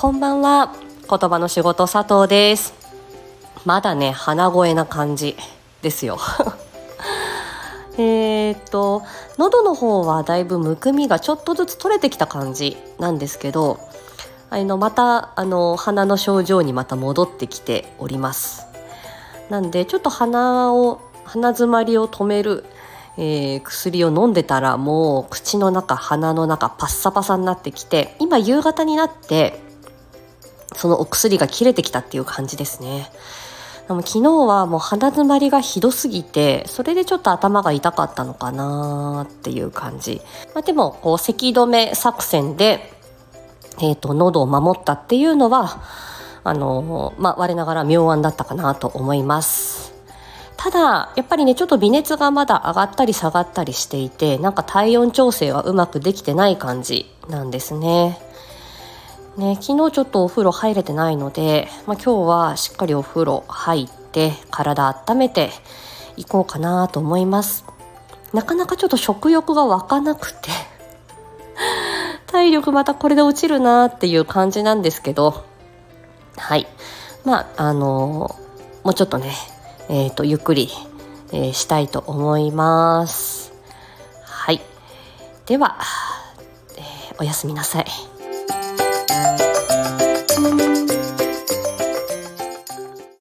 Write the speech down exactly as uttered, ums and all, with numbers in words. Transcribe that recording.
こんばんは。言葉の仕事佐藤です。まだね鼻声な感じですよえーっと喉の方はだいぶむくみがちょっとずつ取れてきた感じなんですけど、あのまたあの鼻の症状にまた戻ってきております。なんでちょっと鼻を鼻詰まりを止める、えー、薬を飲んでたら、もう口の中鼻の中パッサパサになってきて、今夕方になってそのお薬が切れてきたっていう感じですね。でも昨日はもう鼻詰まりがひどすぎて、それでちょっと頭が痛かったのかなっていう感じ、まあ、でもこう咳止め作戦で、えー、と喉を守ったっていうのはあの、まあ、我ながら妙案だったかなと思います。ただやっぱりねちょっと微熱がまだ上がったり下がったりしていて、なんか体温調整はうまくできてない感じなんですね。ね、昨日ちょっとお風呂入れてないので、まあ、今日はしっかりお風呂入って体温めていこうかなと思います。なかなかちょっと食欲が湧かなくて体力またこれで落ちるなっていう感じなんですけど、はいまああのー、もうちょっとね、えー、とゆっくり、えー、したいと思います。はいでは、えー、おやすみなさい。